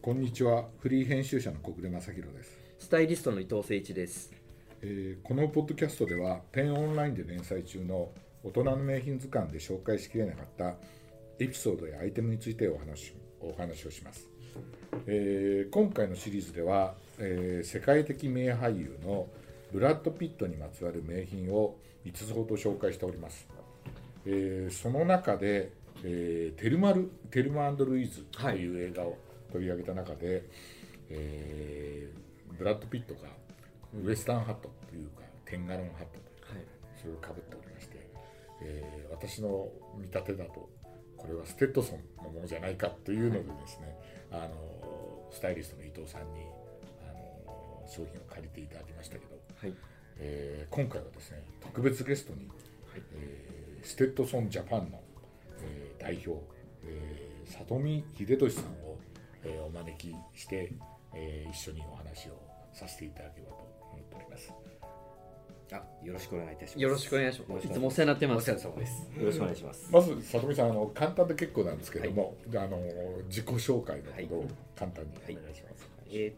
こんにちは。フリー編集者の小暮正弘です。 スタイリストの伊藤誠一です。 このポッドキャストではペンオンラインで連載中の大人の名品図鑑で紹介しきれなかったエピソードやアイテムについてお話をします。今回のシリーズでは、世界的名俳優のブラッド・ピットにまつわる名品を5つほど紹介しております。その中で、テルマ&ルイーズという映画を取り上げた中で、ブラッド・ピットがウエスタンハットというかテンガロンハットというか、それをかぶっておりまして、私の見立てだとこれはステッドソンのものじゃないかというのでですね、スタイリストの伊藤さんに商品を借りていただきましたけど、今回はですね特別ゲストに、ステッドソンジャパンの、代表、里見秀俊さんをお招きして、一緒にお話をさせていただければと思っております。 よろしくお願いいたします。 よろしくお願いします。いつもお世話になってます。 お世話様です。よろしくお願いします。 まず里見さん、簡単で結構なんですけども、自己紹介のことを簡単にお願いします。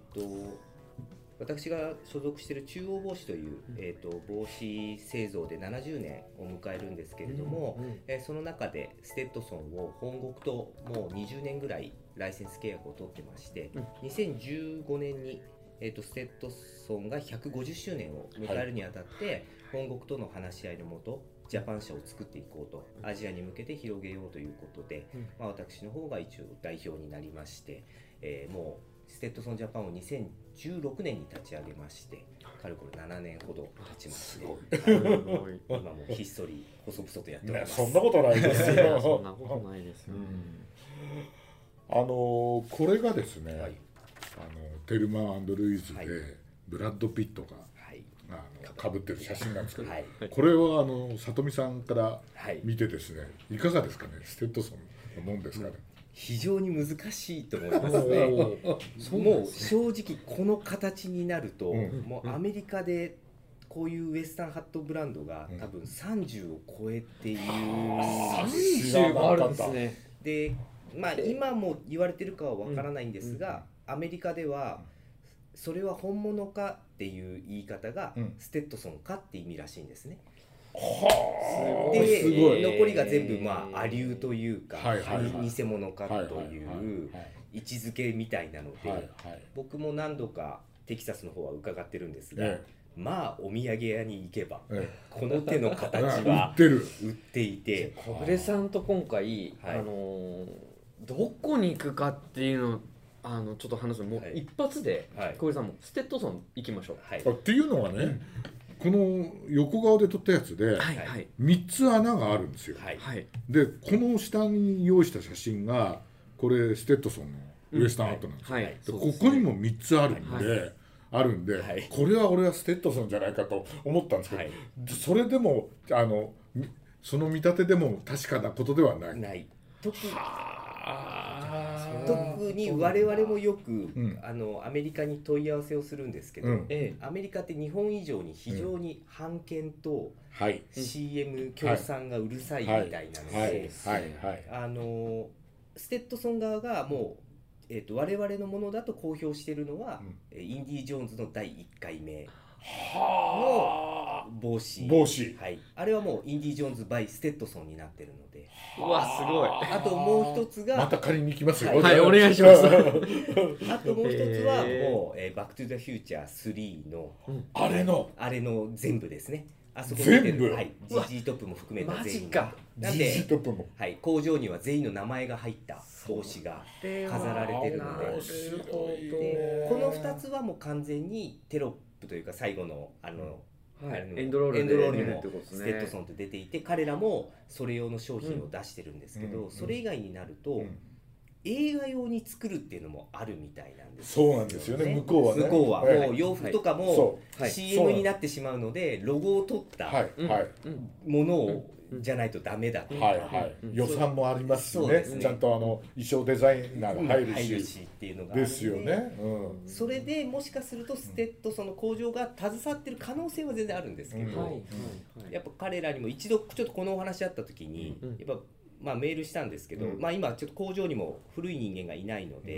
私が所属している中央帽子という、帽子製造で70年を迎えるんですけれども、その中でステッドソンを本国ともう20年ぐらいライセンス契約を取ってまして、2015年に、ステッドソンが150周年を迎えるにあたって、本国との話し合いのもとジャパン社を作っていこうと、アジアに向けて広げようということで、私の方が一応代表になりまして、もうステッドソンジャパンを2016年に立ち上げまして、かれこれ7年ほど経ちまして、今もひっそり細々とやっております。 そんなことないですよ。 そんなことないですよ。 これがですね、テルマ&ルイーズでブラッド・ピットがかぶってる写真なんですけど、これは里見さんから見てですね、いかがですかね。ステッドソンのもんですかね。 非常に難しいと思いますね。もう正直この形になると、もうアメリカでこういうウエスタンハットブランドが多分30を超えている。 30もあるんですね。 で、今も言われてるかはわからないんですが、アメリカではそれは本物かっていう言い方がステッドソンかって意味らしいんですね。で、残りが全部アリューというか、偽物かという位置づけみたいなので、僕も何度かテキサスの方は伺ってるんですが、お土産屋に行けばこの手の形は売っていて、 小暮さんと今回どこに行くかっていうのちょっと話すのもう一発で、小暮さんもステッドソン行きましょう。 っていうのはね、この横顔で撮ったやつで3つ穴があるんですよ。でこの下に用意した写真がこれステッドソンのウエスタンハットなんですよ。ここにも3つあるんで、これは俺はステッドソンじゃないかと思ったんですけど、それでもその見立てでも確かなことではない。 特に我々もよく、アメリカに問い合わせをするんですけど、アメリカって日本以上に非常に版権と CM 協賛がうるさいみたいなので、ステッドソン側がもう、我々のものだと公表しているのは、インディ・ジョーンズの第1回目の帽子、あれはもうインディ・ジョーンズ by ステッドソンになってるので。 うわ、すごい。 あともう一つがまた借りに行きますよ。 お願いします。 あともう一つはもう、バック・トゥ・ザ・フューチャー3のあれの全部ですね。あそこに出てるGG トップも含めた全員が。なんで工場には全員の名前が入った帽子が飾られてるので、この2つはもう完全にテロップというか最後のエンドロールにもステッドソンと出ていて、彼らもそれ用の商品を出してるんですけど、それ以外になると映画用に作るっていうのもあるみたいなんですよね。 そうなんですよね。向こうはもう洋服とかも CM になってしまうので、ロゴを取ったものをじゃないとダメだとか、 予算もありますしね、ちゃんと衣装デザイナーが入るしっていうのがですよね。 それでもしかするとステッドその工場が携わってる可能性は全然あるんですけど、やっぱ彼らにも一度ちょっとこのお話あった時にやっぱメールしたんですけど、今ちょっと工場にも古い人間がいないので、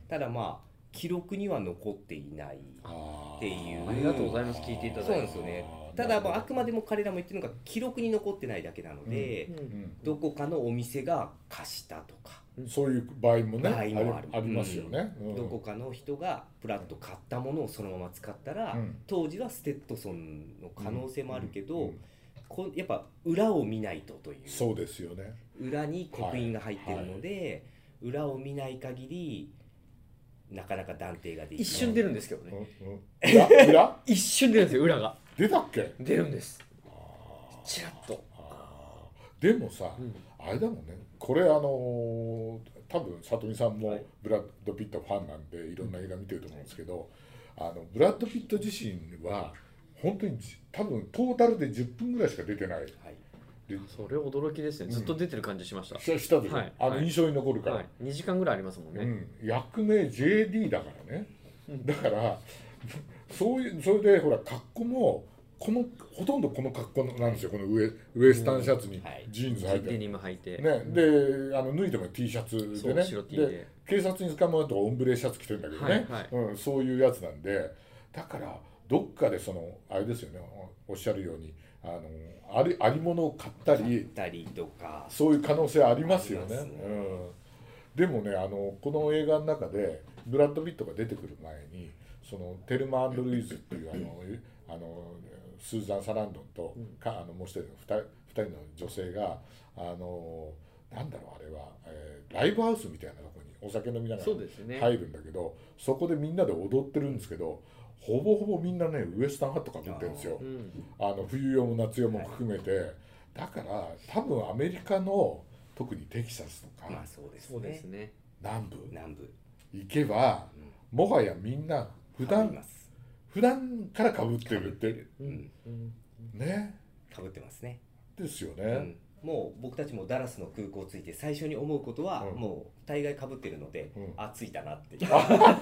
ただまあ記録には残っていないっていう。 ありがとうございます。聞いていただいて。 そうなんですよね。ただあくまでも彼らも言ってるのが記録に残ってないだけなので、どこかのお店が貸したとか、 そういう場合もね、ありますよね。 どこかの人がプラッと買ったものをそのまま使ったら、当時はステッドソンの可能性もあるけど、やっぱ裏を見ないとという。 そうですよね。 裏に刻印が入ってるので、裏を見ない限りなかなか断定ができない。 一瞬出るんですけどね。 裏一瞬出るんですよ、裏が。 出たっけ？ 出るんです。チラッと。 でもさ、あれだもんね。これ多分里見さんもブラッド・ピットファンなんでいろんな映画見てると思うんですけど、ブラッド・ピット自身は本当に多分トータルで10分ぐらいしか出てない。 それ驚きですね。ずっと出てる感じしました。 したでしょ。印象に残るから。 2時間ぐらいありますもんね。 役名 JD だからね。だからそれでほら格好もほとんどこの格好なんですよ。このウエスタンシャツにジーンズ履いて、 デニム履いて、 ね、で脱いでも T シャツでね、 白 T で警察に捕まるとオンブレシャツ着てるんだけどね、そういうやつなんで、だからどっかであれですよね、おっしゃるようにありものを買ったりとか、 そういう可能性ありますよね。でもね、この映画の中でブラッド・ピットが出てくる前にテルマ&ルイーズっていうスーザン・サランドンともう一人の2人の女性がなんだろうあれは、ライブハウスみたいなところにお酒飲みながら入るんだけど、そこでみんなで踊ってるんですけど、ほぼほぼみんなねウエスタンハットかぶってるんですよ。冬用も夏用も含めて、だから多分アメリカの特にテキサスとか、 そうですね、 南部行けば、もはやみんな普段からかぶってるってね、 かぶってますね。 ですよね。 もう僕たちもダラスの空港着いて最初に思うことは、もう大概かぶってるので、着いたなって来た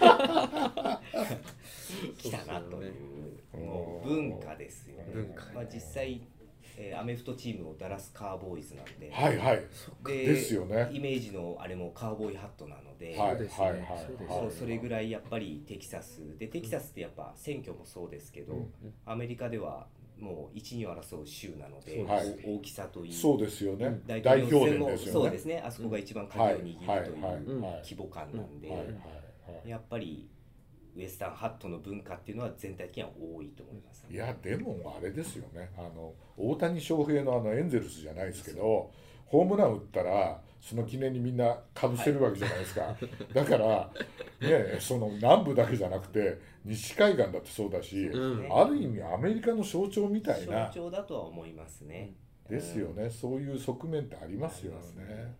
なという、もう文化ですよね。実際アメフトチームをダラスカーボーイズなんで、 ですよね。 イメージのあれもカーボーイハットなので、それぐらいやっぱりテキサスってやっぱ選挙もそうですけど、アメリカではもう1、2を争う州なので、大きさといい、 そうですよね。 大統領選もそうですね。あそこが一番鍵を握るという規模感なんで、やっぱりウエスタンハットの文化っていうのは全体的には多いと思います。 いやでもあれですよね。大谷翔平のエンゼルスじゃないですけど、ホームラン打ったらその記念にみんなかぶせるわけじゃないですか。だからね、南部だけじゃなくて西海岸だってそうだし、ある意味アメリカの象徴みたいな象徴だとは思いますね。 ですよね。そういう側面ってありますよね。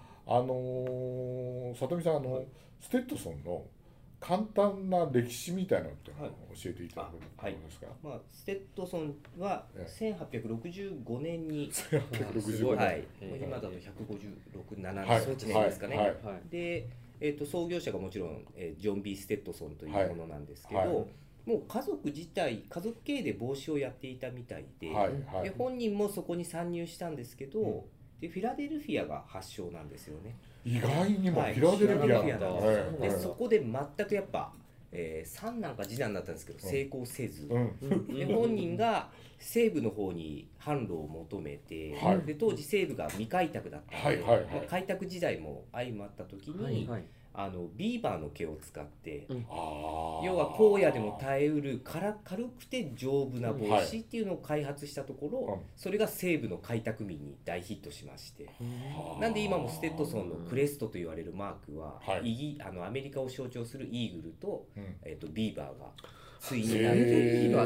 里見さんステッドソンの簡単な歴史みたいなのって教えていただけるんですか。 ステッドソンは1865年に、 1865 年、今だと156、7年ですかね。で、創業者がもちろんジョン・ビー・ステッドソンというものなんですけど、もう家族経営で帽子をやっていたみたいで、本人もそこに参入したんですけど、でフィラデルフィアが発祥なんですよね。 意外にもフィラデルフィアなんです。でそこで全くやっぱ、三男か次男だったんですけど成功せず、で本人が西部の方に販路を求めて、で当時西部が未開拓だったので、開拓時代も相まった時に、ビーバーの毛を使って、要は荒野でも耐えうる軽くて丈夫な帽子っていうのを開発したところ、それが西部の開拓民に大ヒットしまして、なんで今もステッドソンのクレストと言われるマークは、アメリカを象徴するイーグルと、ビーバーが対になってビーバ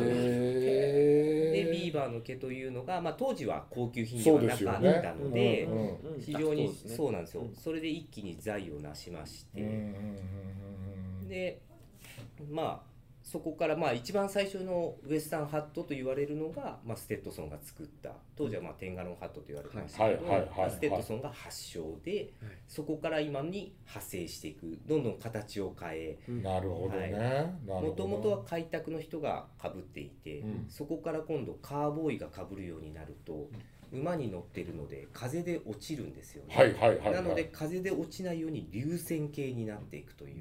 ーの毛というのが、当時は高級品ではなかったので、非常にそうなんですよ。それで一気に財を成しまして、でそこから一番最初のウエスタンハットと言われるのが、ステッドソンが作った、当時はテンガロンハットと言われてましたけど、ステッドソンが発祥で、そこから今に派生していく、どんどん形を変え、 なるほどね。 もともとは開拓の人がかぶっていて、そこから今度カーボーイがかぶるようになると、馬に乗ってるので風で落ちるんですよね。なので風で落ちないように流線形になっていくというか、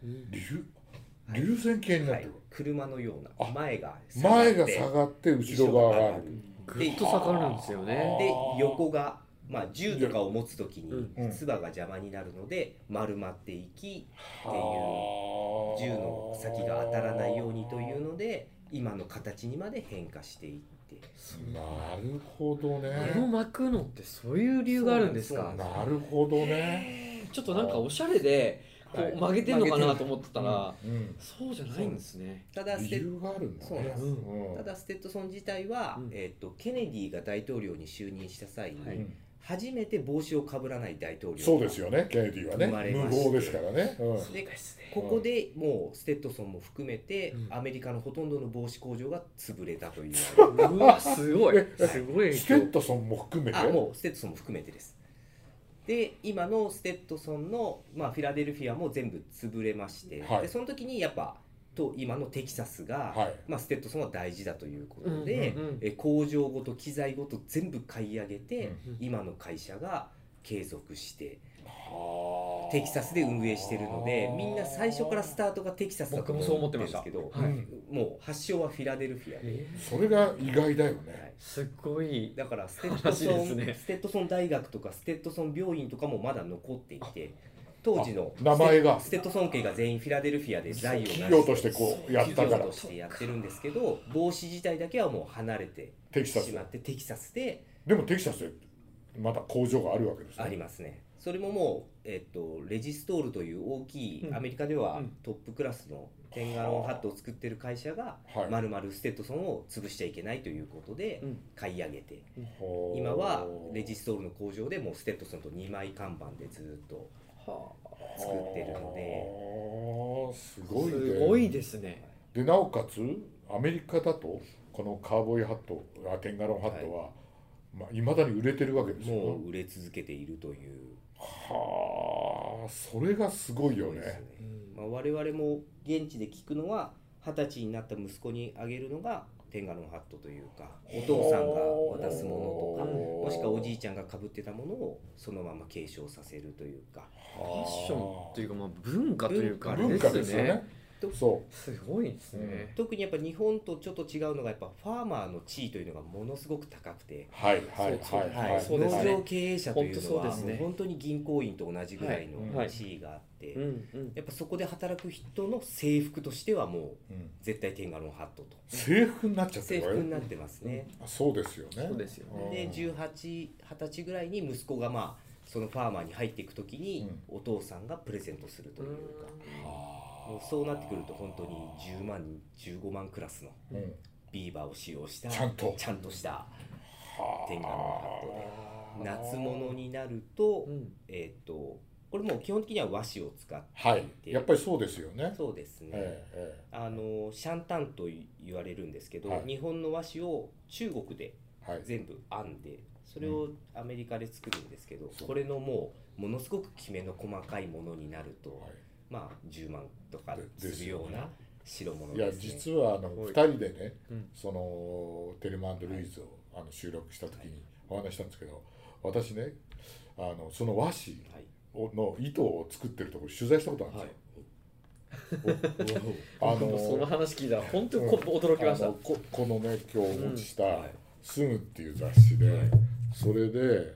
流線形になってる、 車のような前が下がって後ろ側が上がる、 ぐっと下がるんですよね。 で横が銃とかを持つときに唾が邪魔になるので丸まっていきっていう、銃の先が当たらないようにというので今の形にまで変化していって。 なるほどね。 巻くのってそういう理由があるんですか。 なるほどね。 ちょっとなんかおしゃれでこう曲げてんのかなと思ってたら、そうじゃないんですね。 ただ理由があるんだね。 ただステッドソン自体は、ケネディが大統領に就任した際に、初めて帽子をかぶらない大統領、 そうですよね、ケネディはね、無謀ですからね。 でここでもうステッドソンも含めて、アメリカのほとんどの帽子工場が潰れたという。 うわ、すごいすごい。 ステッドソンも含めて？ もうステッドソンも含めてです。で今のステッドソンの、フィラデルフィアも全部潰れまして、でその時にやっぱ今のテキサスが、ステッドソンは大事だということで、工場ごと機材ごと全部買い上げて、今の会社が継続してテキサスで運営しているので、みんな最初からスタートがテキサスだと思ってるんですけど、もう発祥はフィラデルフィアで、 それが意外だよね。 すごい。 だからステッドソン大学とかステッドソン病院とかもまだ残っていて、当時の名前がステッドソン家が全員フィラデルフィアで財を企業としてこうやったから、 企業としてやってるんですけど、帽子自体だけはもう離れてしまってテキサスで。 でもテキサスでまだ工場があるわけですね。 ありますね。それももう、レジストールという大きい、アメリカではトップクラスのテンガロンハットを作ってる会社が、まるまるステッドソンを潰しちゃいけないということで買い上げて、今はレジストールの工場でもうステッドソンと2枚看板でずっと作ってるので、 すごいね。 すごいですね。 でなおかつアメリカだとこのカーボーイハット、テンガロンハットは、未だに売れてるわけですよ。 もう売れ続けているという。 それがすごいよね。 我々も現地で聞くのは、20歳になった息子にあげるのがテンガロンハットというか、お父さんが渡すものとか、もしくはおじいちゃんが被ってたものをそのまま継承させるというか、 ファッションというか、文化というか文化ですよね。そうすごいですね。 特にやっぱ日本とちょっと違うのが、やっぱファーマーの地位というのがものすごく高くて、農業経営者というのは本当に銀行員と同じぐらいの地位があって、やっぱそこで働く人の制服としてはもう絶対テンガロンハットと制服になっちゃってる。 制服になってますね。 そうですよね。 で18、20歳ぐらいに息子がそのファーマーに入っていくときにお父さんがプレゼントするというか。そうなってくると本当に10万15万クラスのビーバーを使用したちゃんとしたテンガロンハットで、夏物になるとこれも基本的には和紙を使っていて、 やっぱりそうですよね。 そうですね。シャンタンと言われるんですけど、日本の和紙を中国で全部編んで、それをアメリカで作るんですけど、これのものすごくきめの細かいものになると、10万とかするような代物ですね。 いや実は2人でね、そのテレマンド・ルイズを収録した時にお話したんですけど、私ねその和紙の糸を作ってるところ取材したことあるんですよ。 その話聞いたら本当に驚きました。 このね今日お持ちした「スム」っていう雑誌で、それで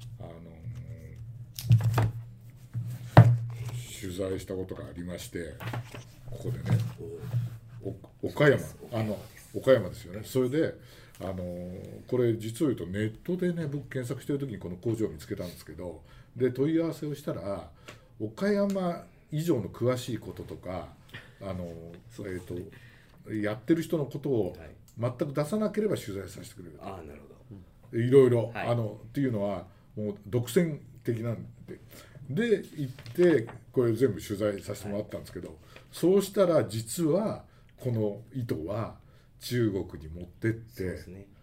取材したことがありまして、ここでね岡山ですよね。それでこれ実を言うとネットでね僕検索してる時にこの工場を見つけたんですけど、で問い合わせをしたら岡山以上の詳しいこととかやってる人のことを全く出さなければ取材させてくれる。 なるほど。いろいろっていうのはもう独占的なんで行ってこれ全部取材させてもらったんですけど、そうしたら実はこの糸は中国に持ってって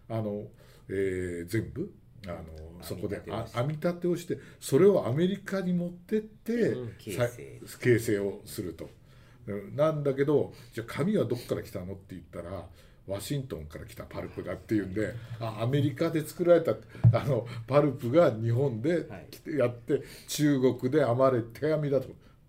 全部そこで編み立てをして、それをアメリカに持ってって形成をすると。なんだけど、じゃあ紙はどこから来たのって言ったらワシントンから来たパルプだっていうんで、アメリカで作られたパルプが日本でやって中国で編まれ手編みだと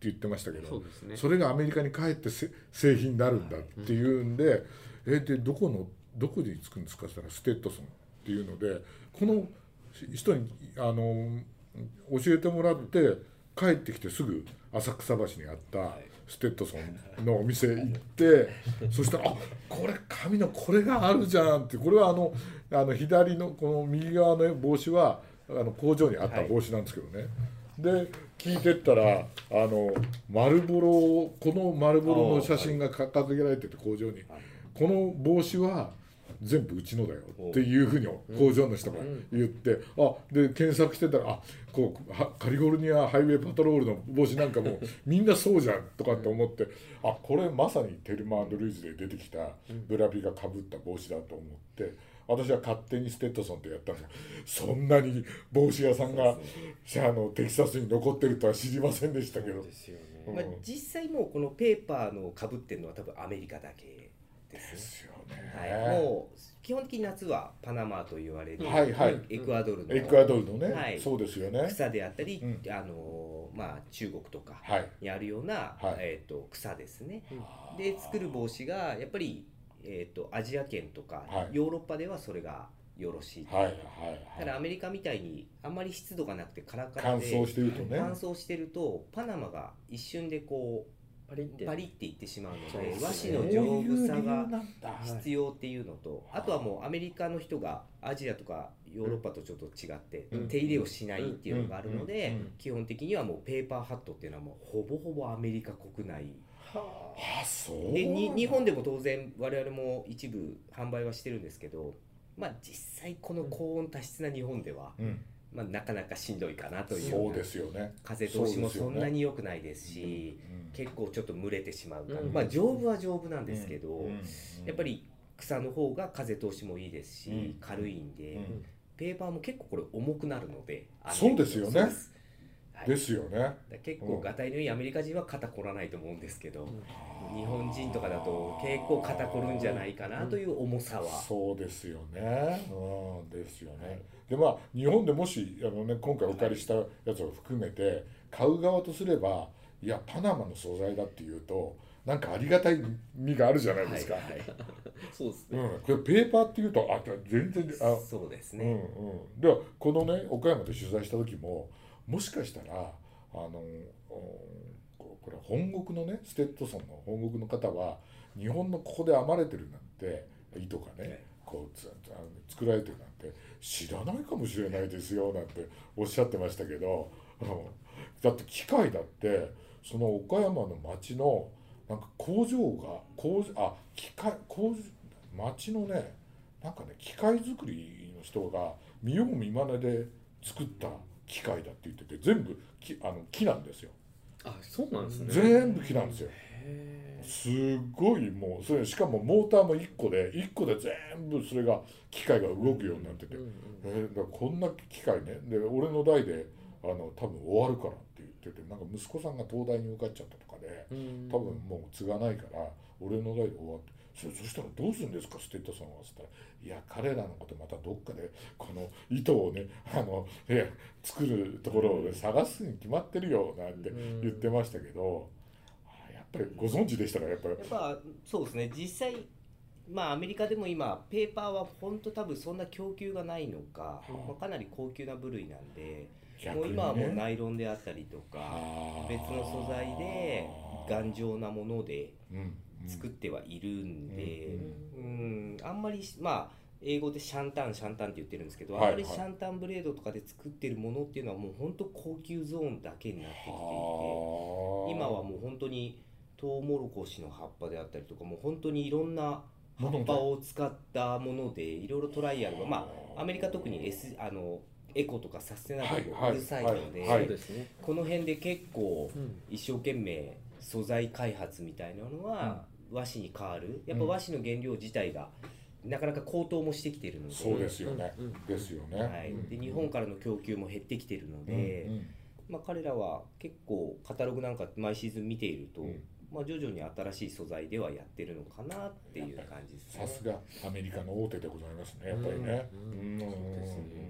言ってましたけど、 そうですね、 それがアメリカに帰って製品になるんだっていうんで、でどこに着くんですかって言ったらステッドソンっていうので、この人に教えてもらって帰ってきてすぐ浅草橋にあったステッドソンのお店行ってそしたらこれ紙のこれがあるじゃんって、これは左のこの右側の帽子は工場にあった帽子なんですけどね、で聞いてったら丸ボロ、この丸ボロの写真が掲げられてて工場に、この帽子は全部うちのだよっていうふうに工場の人が言って、で検索してたらカリフォルニアハイウェイパトロールの帽子なんかもみんなそうじゃんとかって思って、これまさにテルマ&ルイーズで出てきたブラピがかぶった帽子だと思って、私は勝手にステッドソンってやったんですよ。そんなに帽子屋さんがテキサスに残ってるとは知りませんでしたけど、 実際もうこのペーパーのかぶってるのは多分アメリカだけですよね。もう基本的に夏はパナマと言われる、エクアドルのね、そうですよね、 草であったり、中国とかにあるような、草ですね、で作る帽子がやっぱり、アジア圏とか、ヨーロッパではそれがよろしい。ただアメリカみたいにあんまり湿度がなくてカラカラで乾燥してるとパナマが一瞬でこうパリっていってしまうので、和紙の丈夫さが必要っていうのと、あとはもうアメリカの人がアジアとかヨーロッパとちょっと違って手入れをしないっていうのがあるので、基本的にはもうペーパーハットっていうのはもうほぼほぼアメリカ国内で、日本でも当然我々も一部販売はしてるんですけど、実際この高温多湿な日本ではなかなかしんどいかなという。 そうですよね。 風通しもそんなに良くないですし、結構ちょっと蒸れてしまうから、丈夫は丈夫なんですけど、やっぱり草の方が風通しもいいですし、軽いんで、ペーパーも結構これ重くなるので。 そうですよね。ですよね。 結構がたいのいいアメリカ人は肩凝らないと思うんですけど、日本人とかだと結構肩凝るんじゃないかなという重さは。 そうですよね。ですよね。で日本でもし今回お借りしたやつを含めて買う側とすれば、いやパナマの素材だっていうとなんかありがたい身があるじゃないですか。 そうですね。 これペーパーっていうと全然そうですね。 ではこのね岡山で取材した時ももしかしたらこれ本国のねステッドソンの本国の方は日本のここで編まれてるなんて糸がね作られてるなんて知らないかもしれないですよなんておっしゃってましたけど、だって機械だってその岡山の町のなんか工場が町のねなんかね機械作りの人が見よう見まねで作った機械だって言ってて、全部木なんですよ。 そうなんですね。 全部木なんですよ。すごいもうそれしかもモーターも1個で全部それが機械が動くようになってて、だからこんな機械ねで俺の代で多分終わるからって言ってて、なんか息子さんが東大に受かっちゃったとかで多分もう継がないから俺の代で終わって、そしたらどうするんですかステッドソンはっつったら、いや彼らのことまたどっかでこの糸をね作るところを、探すに決まってるよなんて言ってましたけど、やっぱりご存知でしたか？やっぱそうですね。実際アメリカでも今ペーパーは本当多分そんな供給がないのか、かなり高級な部類なんで、もう今はもうナイロンであったりとか別の素材で頑丈なもので作ってはいるんで、あんまり英語でシャンタンって言ってるんですけど、あんまりシャンタンブレードとかで作ってるものっていうのはもう本当高級ゾーンだけになってきていて、今はもう本当にトウモロコシの葉っぱであったりとか、もう本当にいろんな葉っぱを使ったものでいろいろトライアルが、アメリカ特にエコとかサステナブルがうるさいので、この辺で結構一生懸命素材開発みたいなのは和紙に変わる、やっぱ和紙の原料自体がなかなか高騰もしてきているので、 そうですよね、ですよね、 で日本からの供給も減ってきているので、彼らは結構カタログなんか毎シーズン見ていると、徐々に新しい素材ではやってるのかなっていう感じですね。 さすがアメリカの大手でございますね、やっぱりね。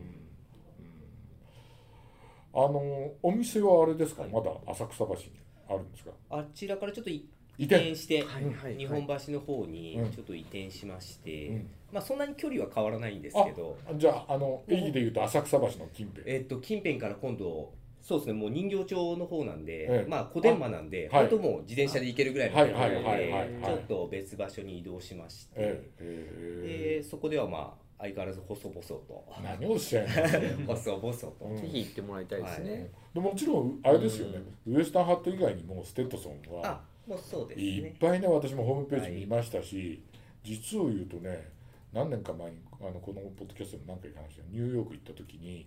お店はあれですか、まだ浅草橋にああるんですか？ あちらからちょっと移転して、 はいはいはい、 日本橋の方にちょっと移転しまして、 うん、 まあそんなに距離は変わらないんですけど。 じゃあ駅でいうと浅草橋の近辺。 近辺から今度そうですね、もう人形町の方なんで、まあ小伝馬なんで、本当もう自転車で行けるぐらいのところで、ちょっと別場所に移動しまして、でそこではまあ相変わらず細々と。 何をおっしゃいます細々と。 ぜひ行ってもらいたいですね。 でもちろんあれですよね、ウエスタンハット以外にもステッドソンはもうそうですね、 いっぱいね、私もホームページ見ましたし、実を言うとね、何年か前にこのポッドキャストで何回か話したニューヨーク行った時に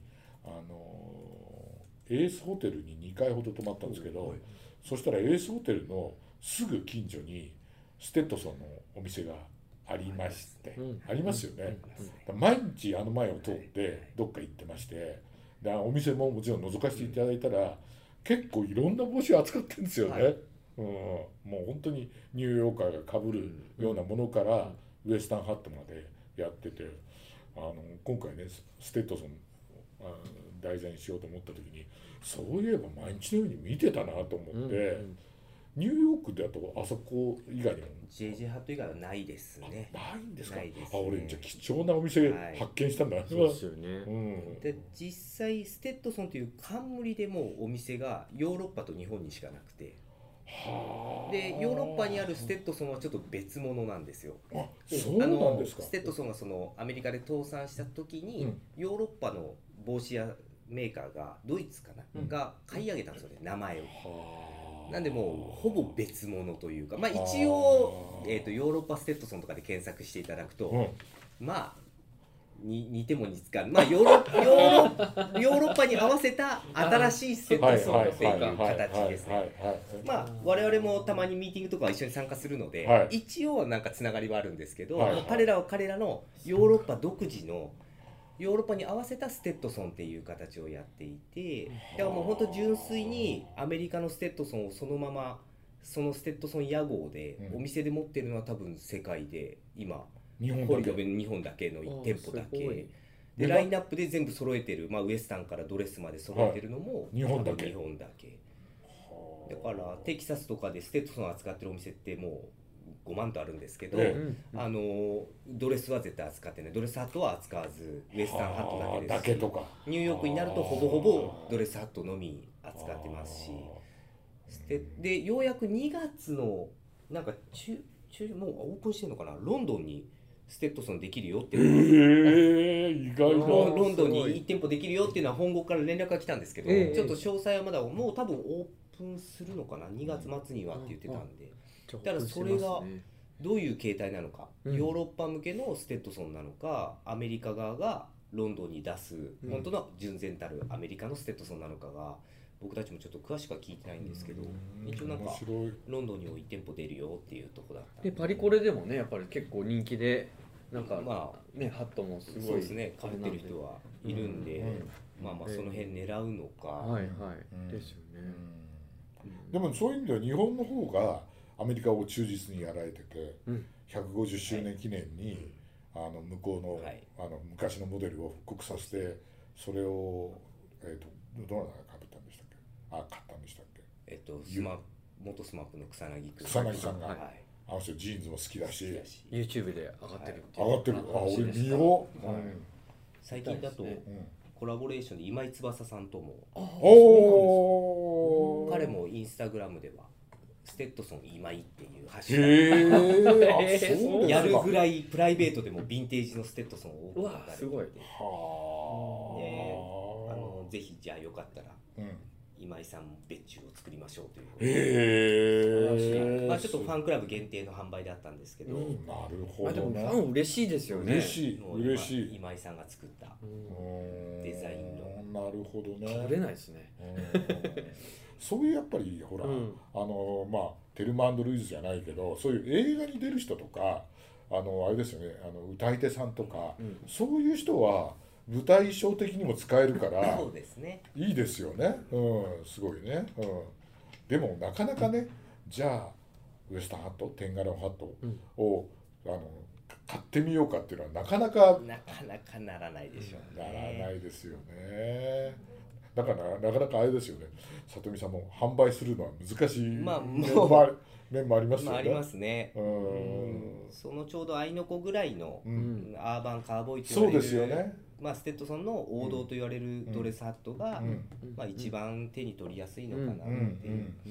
エースホテルに2回ほど泊まったんですけど、そしたらエースホテルのすぐ近所にステッドソンのお店がありまして、ありますよね、毎日前を通ってどっか行ってまして、でお店ももちろん覗かせていただいたら、結構いろんな帽子を扱ってるんですよね、もう本当にニューヨーカーがかぶるようなものからウエスタンハットまでやってて、今回ねステッドソン題材にしようと思った時に、そういえば毎日のように見てたなと思って、ニューヨークだとあそこ以外にも JJ ハット以外はないですね。 ないんですか？ ないですね。 俺じゃ貴重なお店発見したんだ。 そうですよね。 で実際ステッドソンという冠でもお店がヨーロッパと日本にしかなくて、でヨーロッパにあるステッドソンはちょっと別物なんですよ。 そうなんですか？ ステッドソンがそのアメリカで倒産した時に、ヨーロッパの帽子屋メーカーがドイツかな、が買い上げたんですよね、名前を。なんでもうほぼ別物というか、まあ一応、ヨーロッパステッドソンとかで検索していただくと、まあ似ても似つかん、まあヨーロッパに合わせた新しいステッドソンっていう形ですね。まあ我々もたまにミーティングとか一緒に参加するので、一応はなんかつながりはあるんですけど、彼らは彼らのヨーロッパ独自のヨーロッパに合わせたステッドソンっていう形をやっていて、だからもう本当純粋にアメリカのステッドソンをそのままそのステッドソン屋号でお店で持ってるのは多分世界で今日本だけの1店舗だけで、ラインナップで全部揃えてる、まあ、ウエスタンからドレスまで揃えてるのも日本だけだからテキサスとかでステッドソンを扱ってるお店ってもう5万とあるんですけど、ドレスは絶対扱ってない、ドレスハットは扱わずウエスタンハットだけですし、ニューヨークになるとほぼほぼドレスハットのみ扱ってますし、でようやく2月のなんかもうオープンしてるのかな、ロンドンにステッドソンできるよって意外なロンドンに1店舗できるよっていうのは本国から連絡が来たんですけど、ちょっと詳細はまだもう多分オープンするのかな、2月末にはって言ってたんで、ただそれがどういう形態なのか、ヨーロッパ向けのステッドソンなのか、アメリカ側がロンドンに出す本当の純然たるアメリカのステッドソンなのかが僕たちもちょっと詳しくは聞いてないんですけど、一応なんかロンドンにも1店舗出るよっていうとこだったで、パリコレでもねやっぱり結構人気で、なんかまあねハットもすごいそうですね、被ってる人はいるんで、まあまあその辺狙うのか、 はいはいですよね。 でもそういう意味では日本の方がアメリカを忠実にやられてて、150周年記念に向こうの昔のモデルを復刻させて、それをどなたがかぶったんでしたっけ？買ったんでしたっけ？ 元スマップの草薙さんが、あの人ジーンズも好きだし YouTube で上がってるっていう、 上がってる、俺見よう。 最近だとコラボレーションで今井翼さんとも、彼もインスタグラムではステッドソン今井っていうハッシュタグやるぐらいプライベートでもヴィンテージのステッドソンを多く書かれてて、すごい。 ぜひじゃあよかったら今井さん別注を作りましょうという、まあちょっとファンクラブ限定の販売であったんですけど、 なるほどね。 でもファン嬉しいですよね。 嬉しい。 今井さんが作ったデザインの。なるほどね。 取れないですね。 そういうやっぱりほら、まあテルマ&ルイーズじゃないけど、そういう映画に出る人とか、あれですよね、歌い手さんとか、そういう人は舞台衣装的にも使えるからそうですね、 いいですよね。すごいね。でもなかなかね、じゃあウエスタンハット、テンガロンハットを買ってみようかっていうのはなかなかならないでしょうね。 ならないですよね。 だからなかなかあれですよね、里見さんも販売するのは難しい面もありますよね。 ありますね。そのちょうどアイノコぐらいのアーバンカーボーイと言われる、そうですよね、ステッドソンの王道と言われるドレスハットが、一番手に取りやすいのかなって。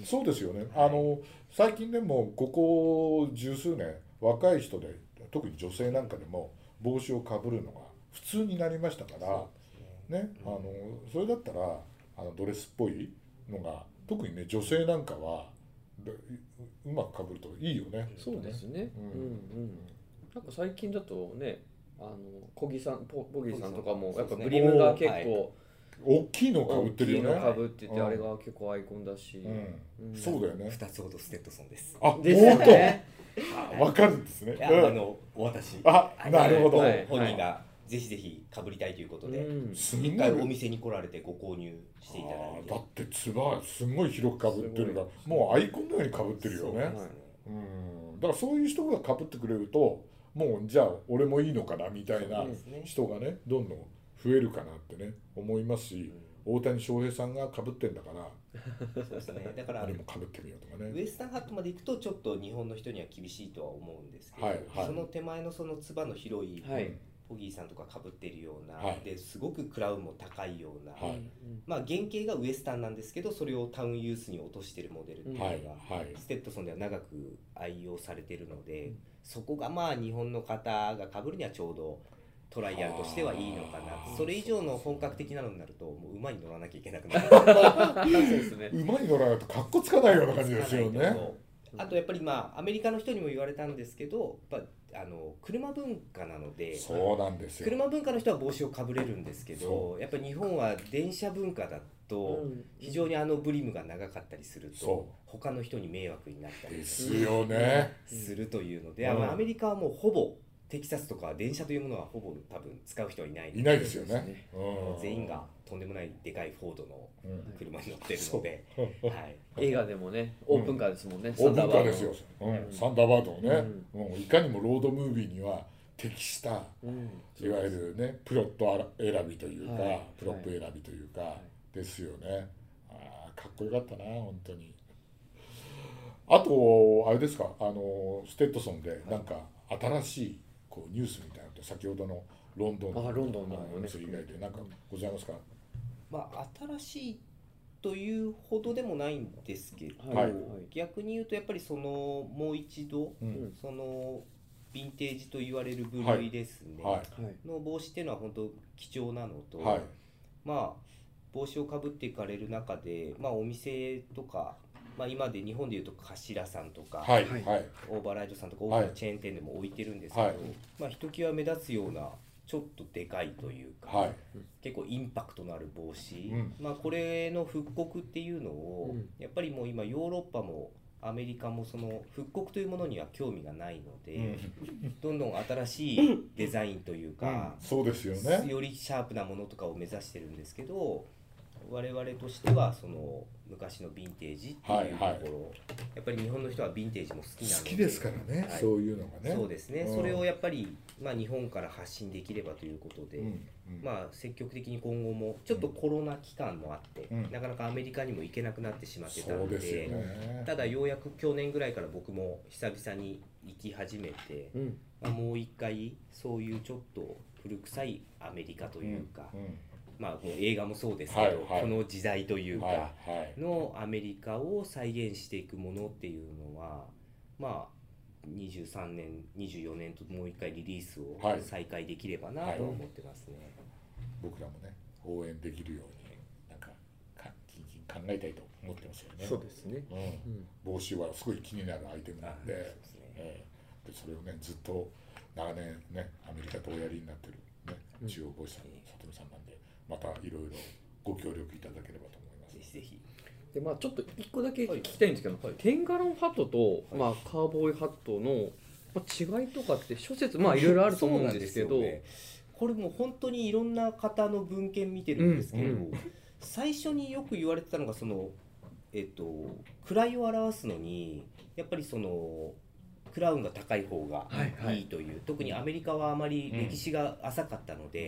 そうですよね。最近でもここ十数年若い人で特に女性なんかでも帽子をかぶるのが普通になりましたからね、それだったらドレスっぽいのが特にね女性なんかはうまくかぶるといいよね。 そうですね。なんか最近だとね、ポギーさんとかもやっぱブリムが結構大きいのかぶってるよね。 大きいのかぶってて、あれが結構アイコンだし。 そうだよね。 2つほどステッドソンです。 ですよね。 わかるんですね。 私なるほど。 本人がぜひぜひかぶりたいということで、一回お店に来られてご購入していただいて。 だってつばすごい広くかぶってるから、もうアイコンのようにかぶってるよね。だからそういう人がかぶってくれると、もうじゃあ俺もいいのかなみたいな人がねどんどん増えるかなってね思いますし、大谷翔平さんがかぶってんだからそうですね、だからあれもかぶってみようとかね。 ウエスタンハットまで行くとちょっと日本の人には厳しいとは思うんですけど、その手前のそのつばの広いポギーさんとかかぶってるような、ですごくクラウンも高いような、原型がウエスタンなんですけど、それをタウンユースに落としてるモデルっていうのが、ステッドソンでは長く愛用されているので、そこが日本の方がかぶるにはちょうどトライアルとしてはいいのかな。それ以上の本格的なのになるともう馬に乗らなきゃいけなくなる馬に乗らないとかっこつかないような感じですよね。 あとやっぱりアメリカの人にも言われたんですけど、やっぱ車文化なので、 そうなんですよ。 車文化の人は帽子をかぶれるんですけど、やっぱり日本は電車文化だと非常にブリムが長かったりすると他の人に迷惑になったりですよねするというので、アメリカはもうほぼテキサスとか電車というものはほぼ多分使う人はいないですよね。 全員がとんでもないでかいフォードの車に乗ってるので、 映画でもねオープンカーですもんね。 オープンカーですよ。サンダーバードをね、もういかにもロードムービーには適したいわゆるねプロット選びというかプロップ選びというかですよね。かっこよかったな本当に。あとあれですか、ステッドソンでなんか新しいニュースみたいなのって先ほどのロンドンのニュース以外で何かございますか？ 新しいというほどでもないんですけど、逆に言うとやっぱりもう一度、そのヴィンテージと言われる部類ですね、の帽子っていうのは本当貴重なのと、帽子をかぶっていかれる中で、お店とか今で日本でいうと頭さんとか、オーバーライドさんとか大きなチェーン店でも置いてるんですけど、ひときわ目立つようなちょっとでかいというか、結構インパクトのある帽子、これの復刻っていうのを、やっぱりもう今ヨーロッパもアメリカもその復刻というものには興味がないので、どんどん新しいデザインというか、 そうですよね、 よりシャープなものとかを目指してるんですけど、我々としてはその昔のヴィンテージっていうところ、やっぱり日本の人はヴィンテージも好きなので、 好きですからね、そういうのがね。 そうですね、それをやっぱり、日本から発信できればということで、積極的に今後もちょっとコロナ期間もあって、なかなかアメリカにも行けなくなってしまってたので、ただようやく去年ぐらいから僕も久々に行き始めて、もう一回そういうちょっと古臭いアメリカというか、映画もそうですけど、この時代というかのアメリカを再現していくものっていうのは、23年24年ともう一回リリースを再開できればなと思ってますね。 僕らもね応援できるようになんか考えたいと思ってますよね。 そうですね、 帽子はすごい気になるアイテムなんで、それをねずっと長年ねアメリカとおやりになってるね中央帽子さん、里見さんなんで、またいろいろご協力いただければと思います。 ぜひぜひ。 でちょっと一個だけ聞きたいんですけど、テンガロンハットと、カーボーイハットの、違いとかって諸説いろいろあると思うんですけど、 これも本当にいろんな方の文献見てるんですけど、最初によく言われてたのがその位を表すのにやっぱりそのクラウンが高い方がいいという、特にアメリカはあまり歴史が浅かったので、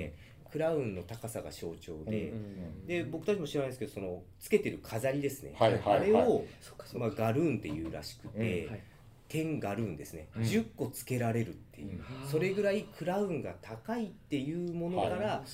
クラウンの高さが象徴で、で僕たちも知らないですけど、そのつけてる飾りですね、あれを、まあ、ガルーンっていうらしくて、10ガルーンですね、10個つけられるっていう、それぐらいクラウンが高いっていうものから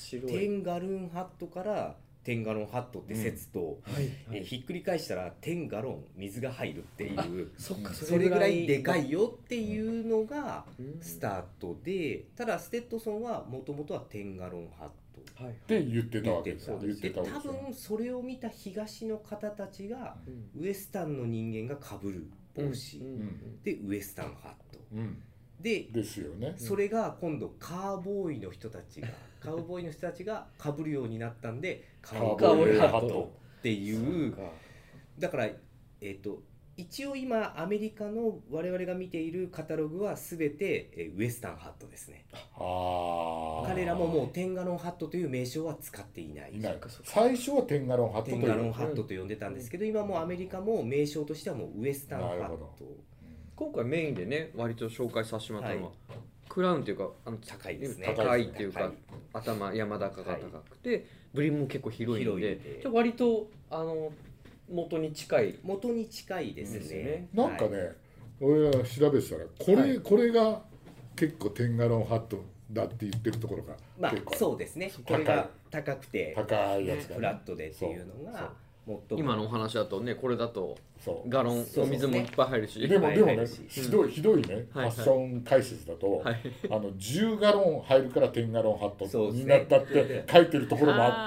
、10ガルーンハットから10ガロンハットって説と、ひっくり返したら10ガロン水が入るっていう、それぐらいでかいよっていうのがスタートで、ただステッドソンはもともとは10ガロンハットって言ってたわけですよ。 で多分それを見た東の方たちが、ウエスタンの人間がかぶる帽子でウエスタンハットですよね。 それが今度カーボーイの人たちがかぶるようになったんでカーボーイハットっていう、だから一応今アメリカの我々が見ているカタログは全てウエスタンハットですね。彼らももうテンガロンハットという名称は使っていない。 最初はテンガロンハットと呼んでたんですけど、今もうアメリカも名称としてはもうウエスタンハット。 今回メインでね割と紹介させてもらったのは、クラウンっていうか高いですね。 高いっていうか、頭山高が高くて、ブリムも結構広いので、じゃ割と元に近いですね。 なんかね、俺は調べてたらこれが結構テンガロンハットだって言ってるところがまあそうですね。これが高くて高いやつがフラットでっていうのが今のお話だとね、これだとガロンお水もいっぱい入るし、 でもねひどいねファッション解説だと10ガロン入るから10ガロンハットになったって書いてるところもあって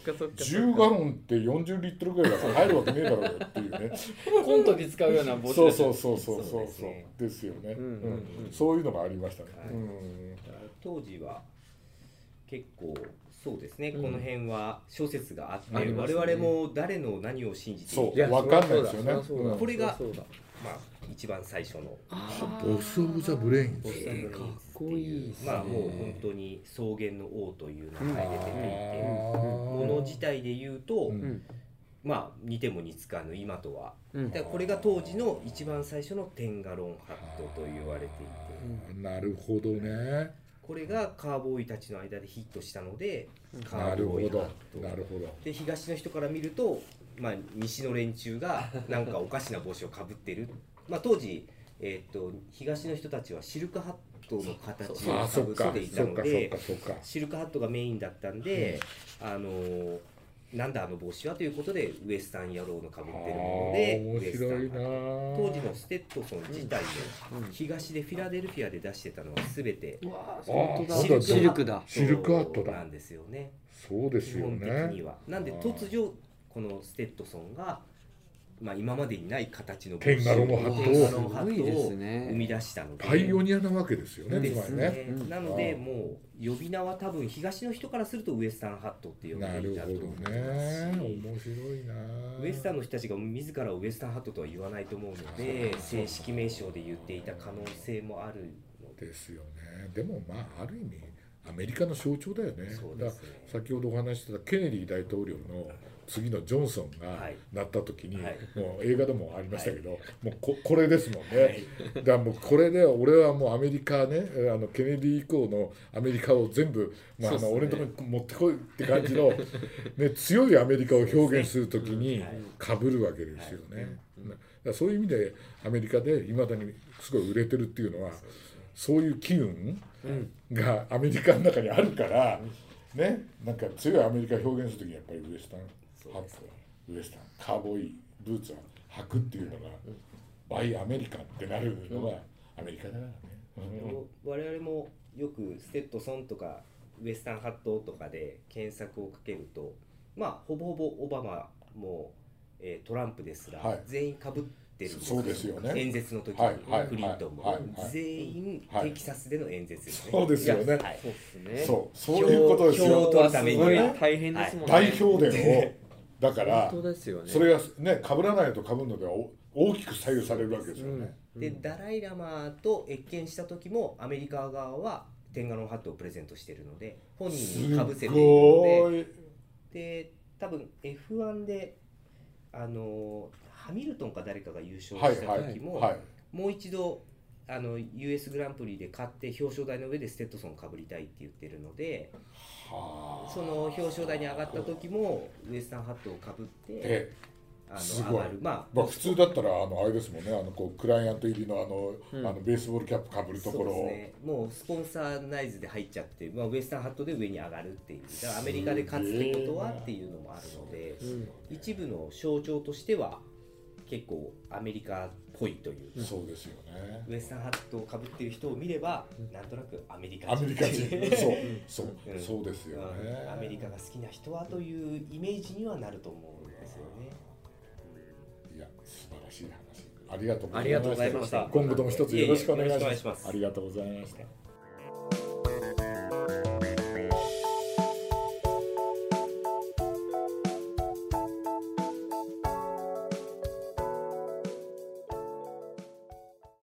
、10ガロンって40リットルぐらいだから入るわけねえだろうよっていうね、 コントに使うような帽子そうですよね。そういうのがありましたね。 当時は結構そうですね、この辺は諸説があって、我々も誰の何を信じていいか分かんないですよね。 これがまあ一番最初のボス・オブ・ザ・ブレインズ、 かっこいい。 まあもう本当に草原の王という名前で出ていて、もの自体で言うとまあ似ても似つかぬ今とは、これが当時の一番最初のテンガロンハットと言われていて、 なるほどね。 これがカーボーイたちの間でヒットしたので、カーボーイハット。 なるほど。 で東の人から見ると、まあ西の連中がなんかおかしな帽子をかぶってる。まあ当時東の人たちはシルクハットの形をかぶっていたので、シルクハットがメインだったんで、なんだあの帽子はということでウエスタン野郎のかぶってるもので面白いな。 当時のステッドソン自体も東でフィラデルフィアで出してたのは全てシルクだ。 シルクハットだなんですよね。 そうですよね。 基本的にはなんで突如このステッドソンがまあ今までにない形のテンガロンハットを生み出したので、 パイオニアなわけですよね。 なのでもう呼び名は多分東の人からするとウエスタンハットって呼んでいたと思いますし、 面白いな。 ウエスタンの人たちが自らウエスタンハットとは言わないと思うので、正式名称で言っていた可能性もあるのですよね。でもまあある意味アメリカの象徴だよね。先ほどお話してたケネディ大統領の次のジョンソンがなった時に、もう映画でもありましたけど、もうこれですもんね。だからもうこれで俺はもうアメリカね、ケネディ以降のアメリカを全部、まあ、俺のところに持ってこいって感じの、ね、強いアメリカを表現する時にかぶるわけですよね。だからそういう意味でアメリカでいまだにすごい売れてるっていうのは、そういう機運がアメリカの中にあるから、ね、なんか強いアメリカを表現する時にやっぱりウエスタンハット、ウエスタンカーボーイブーツは履くっていうのが、バイアメリカンってなるのがアメリカだからね。 我々もよくステッドソンとかウエスタンハットとかで検索をかけると、まあほぼほぼオバマも、トランプですら全員かぶってるんですよ。 そうですよね。 演説の時にクリントンも全員テキサスでの演説ですね。 そうですよね。そういうことですよ。 票を取るためには大変ですもんね。 大票田をだから本当ですよね。 それがね被らないと被るのでは大きく左右されるわけですよね。 でダライラマと謁見した時もアメリカ側はテンガロンハットをプレゼントしているので本人にかぶせているので、多分 F1 でハミルトンか誰かが優勝した時も、もう一度 US グランプリで勝って表彰台の上でステッドソンかぶりたいって言ってるので、その表彰台に上がった時もウエスタンハットをかぶってすごい。 上がる。 普通だったらあれですもんね、こうクライアント入りのベースボールキャップかぶるところを、 そうですね、もうスポンサーナイズで入っちゃって、ウエスタンハットで上に上がるっていう、だからアメリカで勝つってことはっていうのもあるので、一部の象徴としては結構アメリカっぽいというか、 そうですよね。 ウエスタンハットをかぶってる人を見れば、なんとなくアメリカ人、 そうですよね。 アメリカが好きな人はというイメージにはなると思うんですよね。 いや、素晴らしい話、ありがとうございました。 ありがとうございました。 今後とも一つよろしくお願いします。 ます。 ありがとうございました。